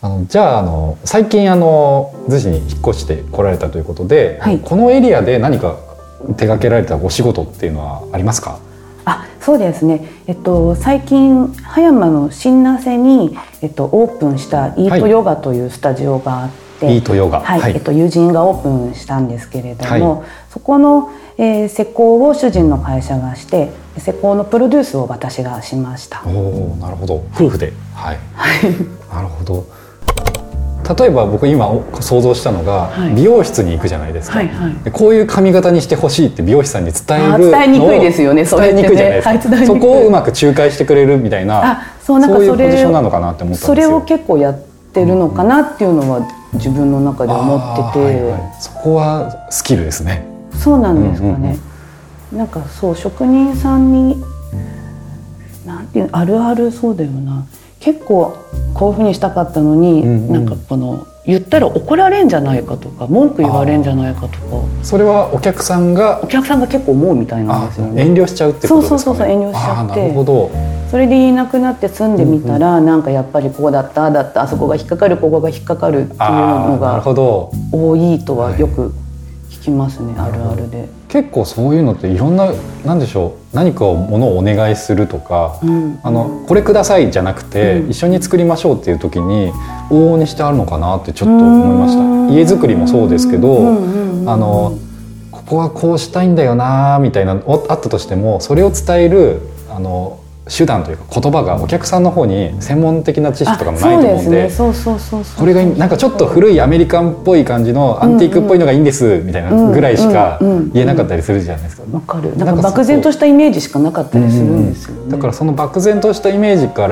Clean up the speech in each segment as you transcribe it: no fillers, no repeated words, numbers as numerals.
じゃあ、最近逗子に引っ越して来られたということで、 はい、 このエリアで何か手掛けられたお仕事っていうのはありますか？ そうですね、最近葉山の新名瀬に、オープンしたイートヨガというスタジオがあって、 イートヨガ、 はい、友人がオープンしたんですけれども、そこの、施工を主人の会社がして施工のプロデュースを私がしました。 なるほど、夫婦で、はい、なるほど。例えば僕今想像したのが、美容室に行くじゃないですか、でこういう髪型にしてほしいって美容師さんに伝えるのを伝えにくいですよね。 伝えにくいじゃないですか、そこをうまく仲介してくれるみたいな、そういうポジションなのかなって思ったんですよ。 それを結構やってるのかなっていうのは自分の中で思ってて、 そこはスキルですね。 そうなんですかね、なんかそう職人さんになんていうあるあるそうだよな、結構こういうふうにしたかったのに、なんか言ったら怒られんじゃないかとか文句言われんじゃないかとか、 それはお客さんが結構思うみたいなんですよね。 遠慮しちゃうってことですかね。 そう遠慮しちゃって、 なるほど。 それで言えなくなって住んでみたら、なんかやっぱりこうだったあそこが引っかかるここが引っかかるっていうのが多いとはよく聞きますね、あるあるで。 結構そういうのっていろんな、なんでしょう、何かものをお願いするとか、これくださいじゃなくて、一緒に作りましょうっていう時に往々にしてあるのかなってちょっと思いました。家づくりもそうですけど、ここはこうしたいんだよなみたいなのあったとしても、それを伝える手段というか言葉がお客さんの方に専門的な知識とかもないと思うんで、これがなんかちょっと古いアメリカンっぽい感じのアンティークっぽいのがいいんですみたいなぐらいしか言えなかったりするじゃないですか。 わかる。なんか漠然としたイメージしかなかったりするんですよね。 だからその漠然としたイメージから、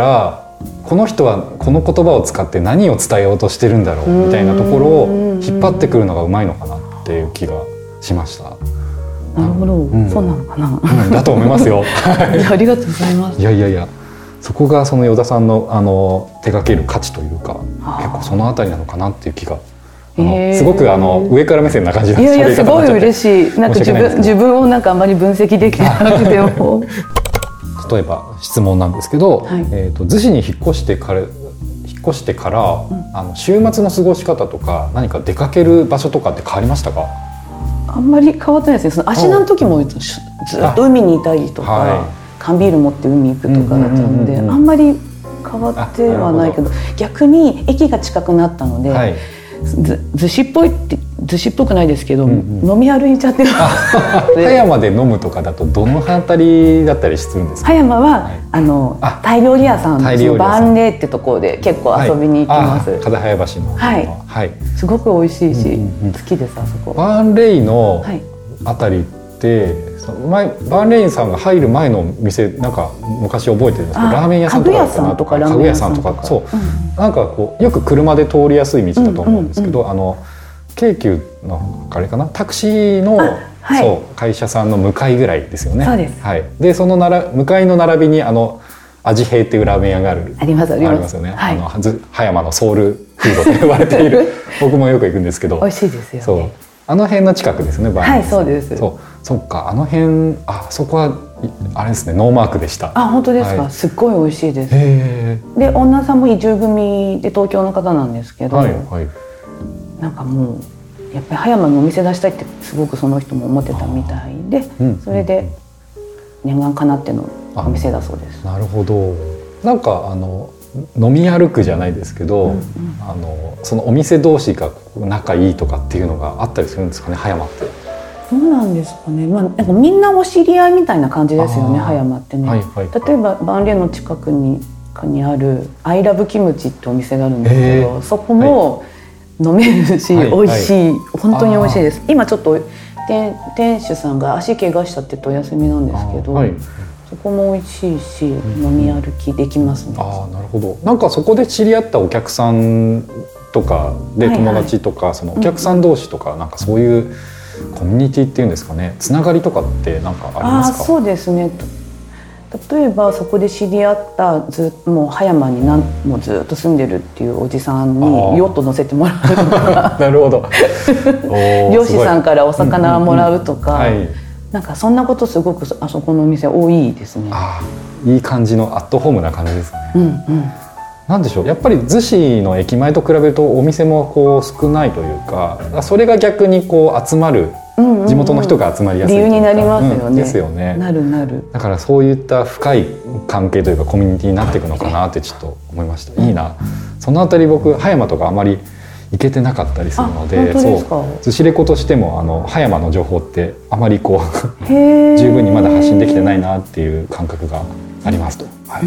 この人はこの言葉を使って何を伝えようとしてるんだろうみたいなところを引っ張ってくるのがうまいのかなっていう気がしました。 なるほど、そうなのかな、 だと思いますよ。 ありがとうございます。 いやそこがその依田さんの手掛ける価値というか、結構そのあたりなのかなっていう気が、すごく上から目線な感じなんです。 いやすごい嬉しい。なんか自分をなんかあまり分析できなくても例えば質問なんですけど、逗子に引っ越してから、週末の過ごし方とか何か出かける場所とかって変わりましたか？ あんまり変わってないですね。その芦名の時もずっと海にいたりとか、缶ビール持って海行くとかだったので、あんまり変わってはないけど、逆に駅が近くなったので、逗子っぽくないですけど、飲み歩いちゃってる。 葉山で飲むとかだとどの辺りだったりするんですか？ 葉山はタイ料理屋さんのバーンレーってところで結構遊びに行きます。 風早橋の、 すごく美味しいし、好きですあそこ。 バーンレイのあたりってバーンレインさんが入る前の店、なんか昔覚えてるんですけど、ラーメン屋さんとか家具屋さんとか、そうなんかこうよく車で通りやすい道だと思うんですけど、京急のあれかな、タクシーのそう会社さんの向かいぐらいですよね。 そうです。 でその向かいの並びに味平っていうラーメン屋がありますよね。葉山のソウルフードと呼ばれている僕もよく行くんですけど、 美味しいですよね。 あの辺の近くですね。 そうです。 そっか、そこはあれですね、ノーマークでした。 本当ですか。すっごい美味しいです。で女さんも移住組で東京の方なんですけど、なんかもうやっぱり葉山にお店出したいってすごくその人も思ってたみたいで、それで念願かなってのお店だそうです。 なるほど。なんか飲み歩くじゃないですけど、そのお店同士が仲いいとかっていうのがあったりするんですかね、葉山って。 そうなんですかね。なんかみんなお知り合いみたいな感じですよね、葉山ってね。例えばバンレーの近くにあるアイラブキムチってお店があるんですけど、そこも飲めるし、美味しい、本当に美味しいです。今ちょっと店主さんが足怪我したって言ってお休みなんですけど、そこも美味しいし、飲み歩きできますね。 なるほど。なんかそこで知り合ったお客さんとかで友達とか、そのお客さん同士とか、なんかそういうコミュニティっていうんですかね、つながりとかってなんかありますか？ そうですね。例えばそこで知り合ったもう葉山にもうずっと住んでるっていうおじさんにヨット乗せてもらうとかなるほど漁師さんからお魚もらうとか、なんかそんなことすごくあそこのお店多いですね。 いい感じのアットホームな感じですね。 なんでしょう、やっぱり逗子の駅前と比べるとお店もこう少ないというか、それが逆にこう集まる、地元の人が集まりやすい理由になりますよね。 ですよね。 なる。 だからそういった深い関係というかコミュニティになっていくのかなってちょっと思いました。いいな。そのあたり僕葉山とかあまり行けてなかったりするので、そう逗子レコとしても葉山の情報ってあまりこう十分にまだ発信できてないなっていう感覚がありますと。はい。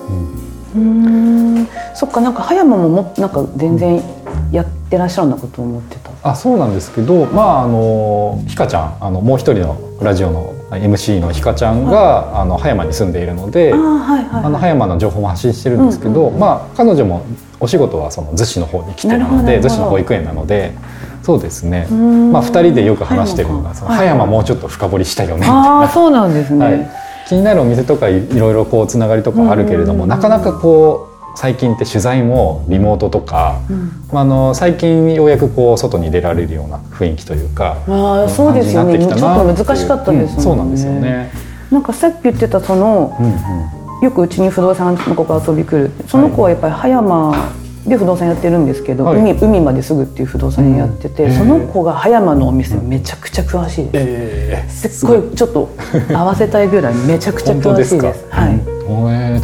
そっか、なんか葉山もなんか全然やってらっしゃるんだと思ってた。 そうなんですけど、ひかちゃん、もう一人のラジオの MC のひかちゃんが葉山に住んでいるので、葉山の情報も発信してるんですけど、彼女もお仕事はその逗子の方に来てるので、逗子の保育園なので、そうですね、2人でよく話してるのが葉山もうちょっと深掘りしたいよねみたいな。 そうなんですね。 気になるお店とかいろいろこうつながりとかあるけれども、なかなかこう最近って取材もリモートとか、最近ようやくこう外に出られるような雰囲気というか、 そうですよね。ちょっと難しかったですもんね。 そうなんですよね。 なんかさっき言ってたその、よくうちに不動産の子が遊び来る、その子はやっぱり葉山で不動産やってるんですけど、海まですぐっていう不動産やってて、その子が葉山のお店めちゃくちゃ詳しいです。すっごいちょっと合わせたいぐらいめちゃくちゃ詳しいです。はい。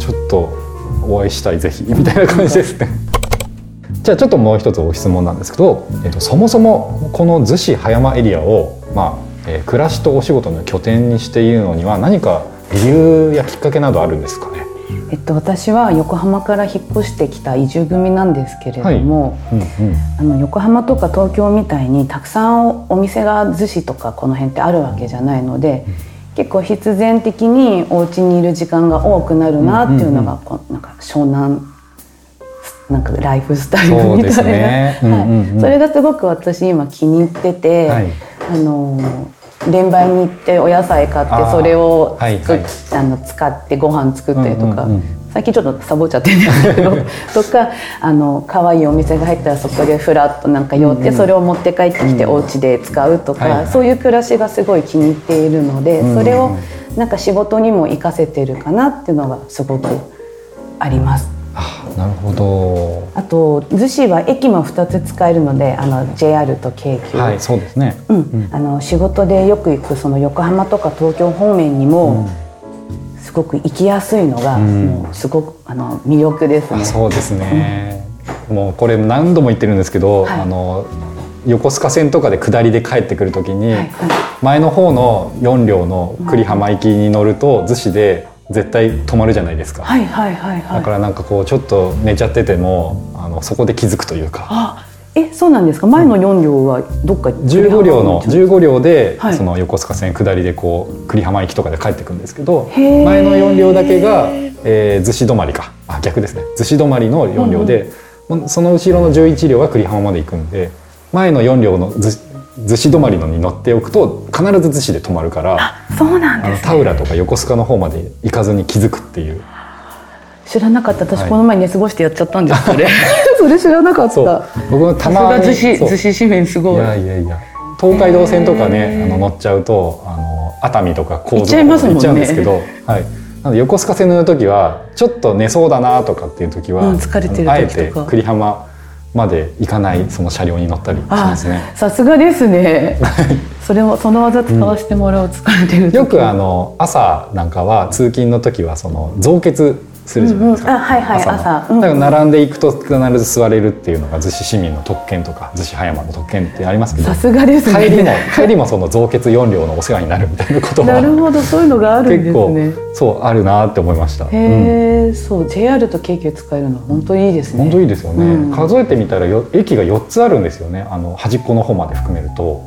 ちょっとお会いしたい、ぜひみたいな感じですね。じゃあちょっともう一つご質問なんですけど、そもそもこの逗子葉山エリアを、暮らしとお仕事の拠点にしているのには何か理由やきっかけなどあるんですかね。 私は横浜から引っ越してきた移住組なんですけれども、横浜とか東京みたいにたくさんお店が逗子とかこの辺ってあるわけじゃないので、結構必然的にお家にいる時間が多くなるなっていうのが、なんか湘南なんかライフスタイルみたいな、それがすごく私今気に入ってて、連売に行ってお野菜買ってそれを使ってご飯作ったりとか、最近ちょっとサボっちゃってるんですけどとか、可愛いお店が入ったらそこでフラッとなんか寄ってそれを持って帰ってきてお家で使うとか、そういう暮らしがすごい気に入っているので、それをなんか仕事にも活かせてるかなっていうのがすごくあります。 なるほど。 あと逗子は駅も2つ使えるので、JR と京急、 そうですね。 仕事でよく行くその横浜とか東京方面にもすごく行きやすいのが、もうすごく魅力ですね。 そうですね。もうこれ何度も言ってるんですけど、横須賀線とかで下りで帰ってくるときに、前の方の4両の久里浜行きに乗ると逗子で絶対止まるじゃないですか。だからなんかこうちょっと寝ちゃっててもそこで気づくというか。 そうなんですか。前の4両はどっか 15両でその横須賀線下りでこう久里浜行きとかで帰ってくるんですけど、前の4両だけが逗子止まりか、逆ですね、逗子止まりの4両で、その後ろの11両は久里浜まで行くんで、前の4両の逗子止まりのに乗っておくと必ず逗子で止まるから、 そうなんですね。 田浦とか横須賀の方まで行かずに気づくっていう。 知らなかった。私この前寝過ごしてやっちゃったんですそれそれ知らなかった。 僕もたまに逗子市民すごい。 いや東海道線とかね乗っちゃうと熱海とか神戸とか行っちゃうんですけど、なので横須賀線の時はちょっと寝そうだなとかっていう時は、 疲れてる時とかあえて久里浜まで行かないその車両に乗ったりしますね。 さすがですねその技使わせてもらう、疲れてる時。 よく朝なんかは通勤の時はその増血するじゃないですか。朝だから並んでいくと必ず座れるっていうのが逗子市民の特権とか逗子葉山の特権ってありますけど、 さすがですね。 帰りもその増血4両のお世話になるみたいなことはなるほど、そういうのがあるんですね。 結構そうあるなって思いました。 そう JR と京急使えるの本当にいいですね。 本当いいですよね。数えてみたら駅が4つあるんですよね。端っこの方まで含めると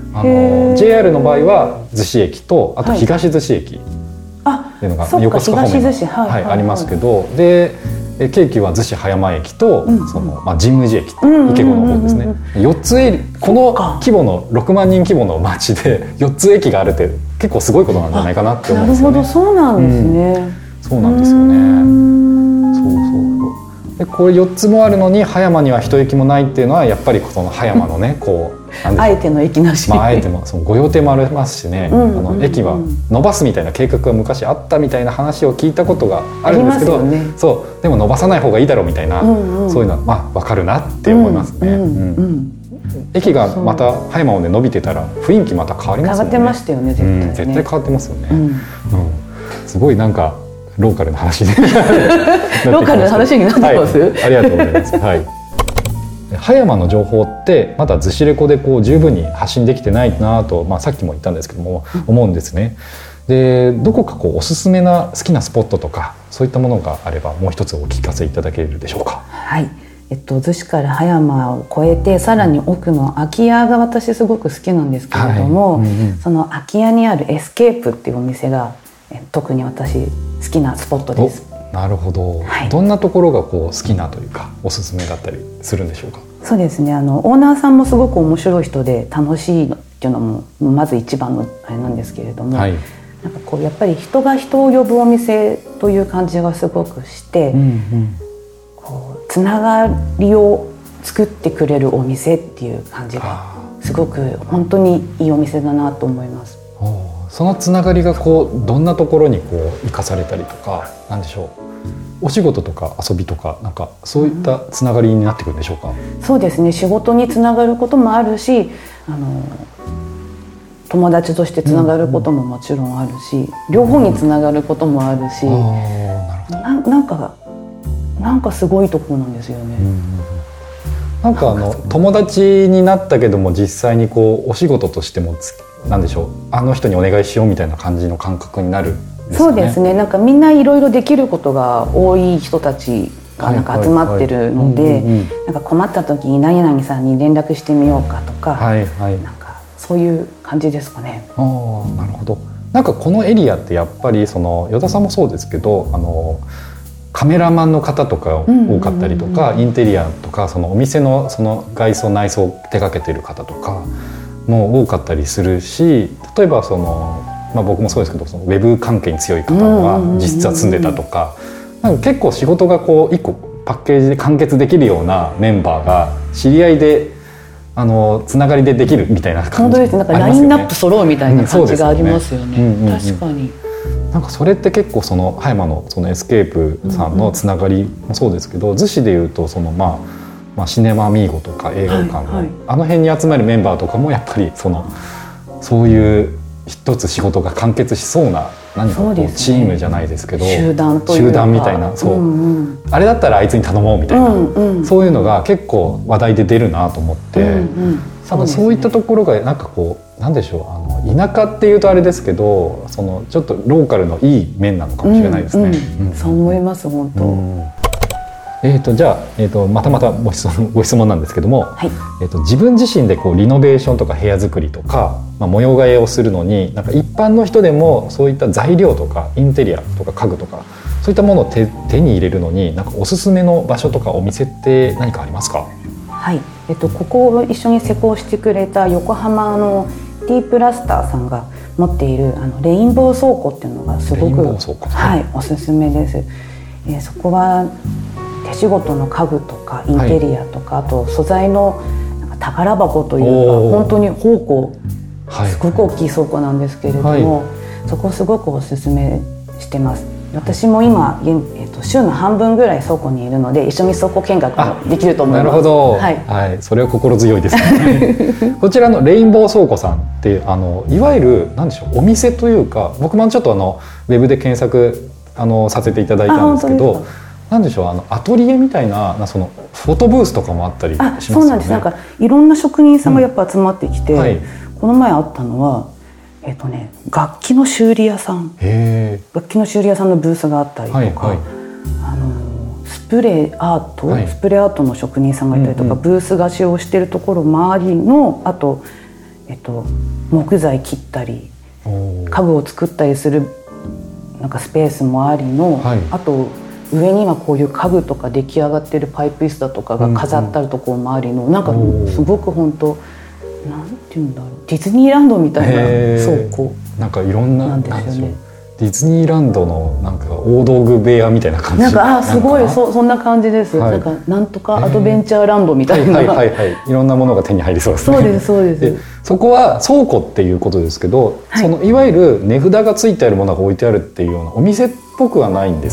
JR の場合は逗子駅と、あと東逗子駅っていうのが横須賀方面にありますけど、で京急は逗子葉山駅と神宮寺駅池子の方ですね。4つこの規模の6万人規模の町で4つ駅があるって結構すごいことなんじゃないかなって思うんですよね。 なるほど、そうなんですね。 そうなんですよね。でこれ4つもあるのに葉山には一駅もないっていうのはやっぱりその葉山のねこうあえての駅なし、 あえてもその御用邸もありますしね、駅は伸ばすみたいな計画が昔あったみたいな話を聞いたことがあるんですけど、そうでも伸ばさない方がいいだろうみたいな、そういうのは分かるなって思いますね。駅がまた葉山をね伸びてたら雰囲気また変わりますよね。 変わってましたよね、絶対ね。 絶対変わってますよね。すごいなんかローカルな話でローカルな話になってます、 ありがとうございます。葉山の情報ってまだずしレコでこう十分に発信できてないなと、さっきも言ったんですけども、思うんですね。でどこかこうおすすめな好きなスポットとかそういったものがあればもう一つお聞かせいただけるでしょうか。 はい、逗子から葉山を越えてさらに奥の空き家が私すごく好きなんですけれども、その空き家にあるエスケープっていうお店が特に私好きなスポットです。 なるほど、どんなところがこう好きなというかおすすめだったりするんでしょうか。 そうですね、オーナーさんもすごく面白い人で楽しいっていうのもまず一番のあれなんですけれども、なんかこうやっぱり人が人を呼ぶお店という感じがすごくして、こうつながりを作ってくれるお店っていう感じがすごく本当にいいお店だなと思います。 そのつながりがこうどんなところにこう生かされたりとか、なんでしょう、お仕事とか遊びとかなんかそういったつながりになってくるんでしょうか。 そうですね、仕事につながることもあるし、友達としてつながることももちろんあるし、両方につながることもあるし、なんかすごいところなんですよね。 なんか友達になったけども実際にこうお仕事としてもなんでしょう、あの人にお願いしようみたいな感じの感覚になるんですかね。そうですね、なんかみんないろいろできることが多い人たちがなんか集まってるので、なんか困った時に何々さんに連絡してみようかとか、なんかそういう感じですかね。 なるほど。なんかこのエリアってやっぱりその依田さんもそうですけど、カメラマンの方とか多かったりとか、インテリアとかそのお店のその外装内装を手掛けてる方とかも多かったりするし、例えばその、僕もそうですけどそのウェブ関係に強い方が実は住んでたとか、なんか結構仕事がこう一個パッケージで完結できるようなメンバーが知り合いでつながりでできるみたいな感じ、 本当ですね。なんかラインナップ揃うみたいな感じがありますよね。確かに。 なんかそれって結構その葉山のそのエスケープさんのつながりもそうですけど、逗子でいうとそのシネマミーゴとか映画館のあの辺に集まるメンバーとかもやっぱりそういう一つ仕事が完結しそうな何かこうチームじゃないですけど、 集団というか集団みたいな、あれだったらあいつに頼もうみたいな、そういうのが結構話題で出るなと思って、多分そういったところがなんかこうなんでしょう、田舎っていうとあれですけど、そのちょっとローカルのいい面なのかもしれないですね。 そう思います本当。 じゃあ、またご質問なんですけども、自分自身でこうリノベーションとか部屋作りとか、模様替えをするのになんか一般の人でもそういった材料とかインテリアとか家具とかそういったものを手に入れるのになんかおすすめの場所とかお店って何かありますか？ はい、ここを一緒に施工してくれた横浜のティープラスターさんが持っているレインボー倉庫っていうのがすごくおすすめです。そこは手仕事の家具とかインテリアとか、あと素材のなんか宝箱というか本当に宝庫、すごく大きい倉庫なんですけれども、そこをすごくおすすめしてます。私も今、週の半分ぐらい倉庫にいるので一緒に倉庫見学もできると思います。 なるほど、それは心強いですね。こちらのレインボー倉庫さんっていわゆるなんでしょう、お店というか、僕もちょっとウェブで検索させていただいたんですけど、なんでしょう、アトリエみたいなそのフォトブースとかもあったりしますよね。そうなんです。なんかいろんな職人さんがやっぱ集まってきて、この前あったのは楽器の修理屋さん、楽器の修理屋さんのブースがあったりとか、スプレーアートの職人さんがいたりとか、ブース貸しをしているところ周りの、あと、木材切ったり家具を作ったりするなんかスペースもありの、あと上にはこういう家具とか出来上がってるパイプ椅子だとかが飾ってあるところもありの、なんかすごく本当なんていうんだろう、ディズニーランドみたいな倉庫なんかいろんななんでしょう、ディズニーランドのなんか大道具部屋みたいな感じ、 なんかすごいそんな感じです。なんかなんとかアドベンチャーランドみたいな、 いろんなものが手に入りそうですね。 そうですそうです。 そこは倉庫っていうことですけど、そのいわゆる値札がついてあるものが置いてあるっていうようなお店っぽくはないんですか？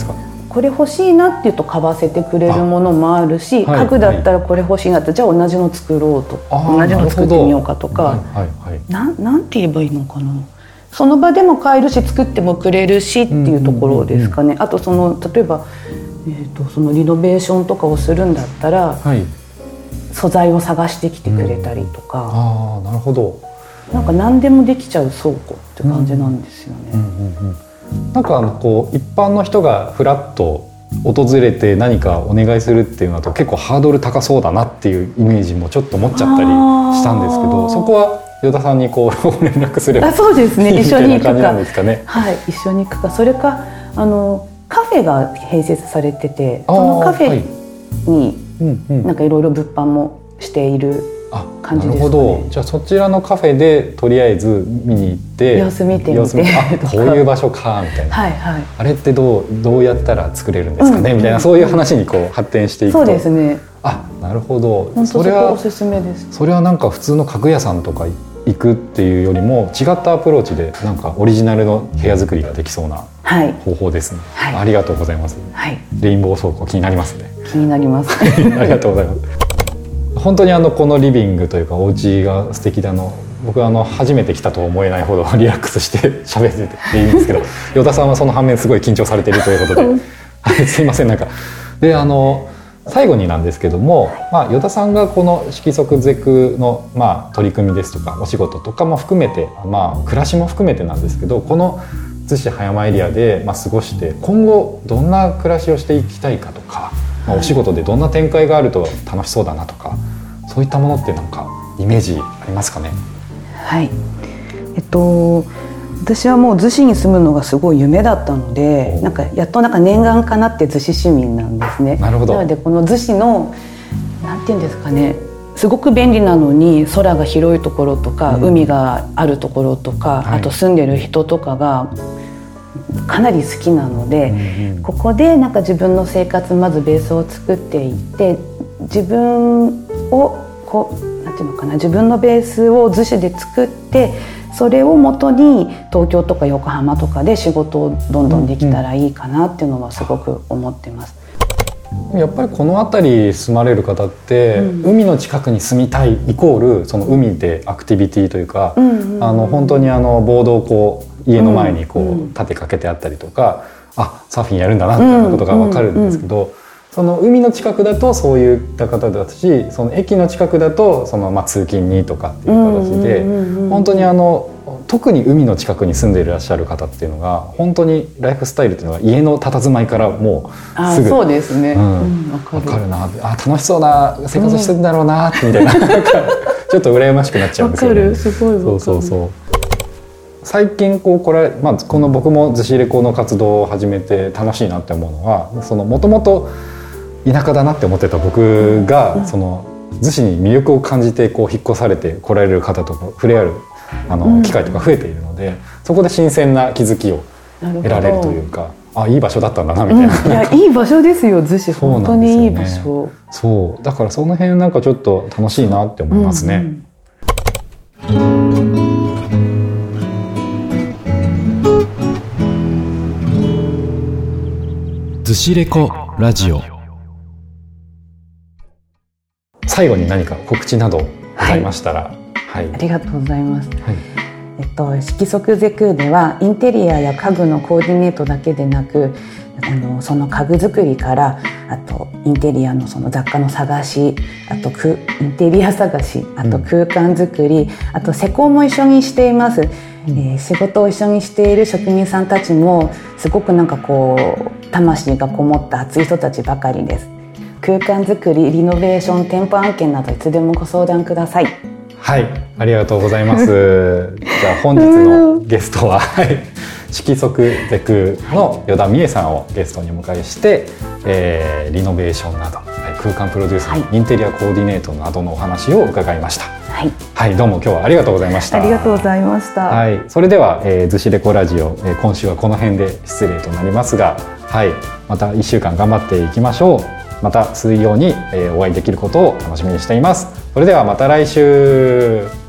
これ欲しいなって言うと買わせてくれるものもあるし、家具だったらこれ欲しいなって、じゃあ同じの作ろうと、同じの作ってみようかとか、なんて言えばいいのかな、その場でも買えるし作ってもくれるしっていうところですかね。あと例えば、そのリノベーションとかをするんだったら、素材を探してきてくれたりとか、 なるほど、 なんか何でもできちゃう倉庫って感じなんですよね。 なんかこう一般の人がフラッと訪れて何かお願いするっていうのだと結構ハードル高そうだなっていうイメージもちょっと持っちゃったりしたんですけど、そこは依田さんにこう連絡すればそうですね、一緒に行くか、 はい、 一緒に行くか、それかカフェが併設されてて、そのカフェになんかいろいろ物販もしている感じですかね。 なるほど。じゃあそちらのカフェでとりあえず見に行って様子見てみて、 こういう場所かみたいな、あれってどうやったら作れるんですかね、みたいな、そういう話にこう発展していくと、 そうですね、 なるほど、 本当そこおすすめです。 それはなんか普通の家具屋さんとか行くっていうよりも違ったアプローチでなんかオリジナルの部屋作りができそうな方法ですね。ありがとうございます。レインボー倉庫気になりますね。 気になります。 ありがとうございます。本当にこのリビングというかお家が素敵だの、僕は初めて来たと思えないほどリラックスして喋ってていいんですけど、依田さんはその反面すごい緊張されているということですいません。なんかで最後になんですけども、依田さんがこの色即是空の取り組みですとかお仕事とかも含めて、暮らしも含めてなんですけど、この逗子葉山エリアで過ごして今後どんな暮らしをしていきたいかとか、お仕事でどんな展開があると楽しそうだなとか、そういったものってなんかイメージありますかね。 はい、私はもう逗子に住むのがすごい夢だったので、なんかやっと念願かなって逗子市民なんですね。 なるほど。 なのでこの逗子のなんていうんですかね、すごく便利なのに空が広いところとか、海があるところとか、あと住んでる人とかがかなり好きなので、ここでなんか自分の生活まずベースを作っていって、自分をなんていうのかな、自分のベースを逗子で作って、それをもとに東京とか横浜とかで仕事をどんどんできたらいいかなっていうのはすごく思ってます。 やっぱりこの辺り住まれる方って、海の近くに住みたいイコールその海でアクティビティというか、本当にボードをこう家の前にこう立てかけてあったりとか、サーフィンやるんだなっていうことが分かるんですけど、その海の近くだとそういった方だし、その駅の近くだとその通勤にとかっていう形で、本当に特に海の近くに住んでいらっしゃる方っていうのが本当にライフスタイルっていうのが家の佇まいからもうすぐそうですね、 分かるな、楽しそうな生活してるんだろうなみたいな、ちょっと羨ましくなっちゃうんですよね。 すごい分かる。 そう最近この僕も逗子レコの活動を始めて楽しいなって思うのは、もともと田舎だなって思ってた僕が、逗子に魅力を感じて引っ越されて来られる方と触れ合う機会とか増えているので、そこで新鮮な気づきを得られるというか、いい場所だったんだなみたいな、 いやいい場所ですよ逗子、本当にいい場所。 そうだからその辺なんかちょっと楽しいなって思いますね。逗子レコラジオ、最後に何か告知などございましたら。 ありがとうございます。色即是空ではインテリアや家具のコーディネートだけでなく、その家具作りから、あとインテリアのその雑貨の探し、あとインテリア探し、あと空間作り、あと施工も一緒にしています。仕事を一緒にしている職人さんたちもすごくなんか魂がこもった熱い人たちばかりです。空間作り、リノベーション、店舗案件などいつでもご相談ください。 はい、ありがとうございます。じゃあ本日のゲストは色即是空の依田美恵さんをゲストにお迎えして、リノベーションなど空間プロデュース、インテリアコーディネートなどのお話を伺いました。どうも今日はありがとうございました。 ありがとうございました。 それでは、逗子レコラジオ、今週はこの辺で失礼となりますが、また1週間頑張っていきましょう。また水曜にお会いできることを楽しみにしています。それではまた来週。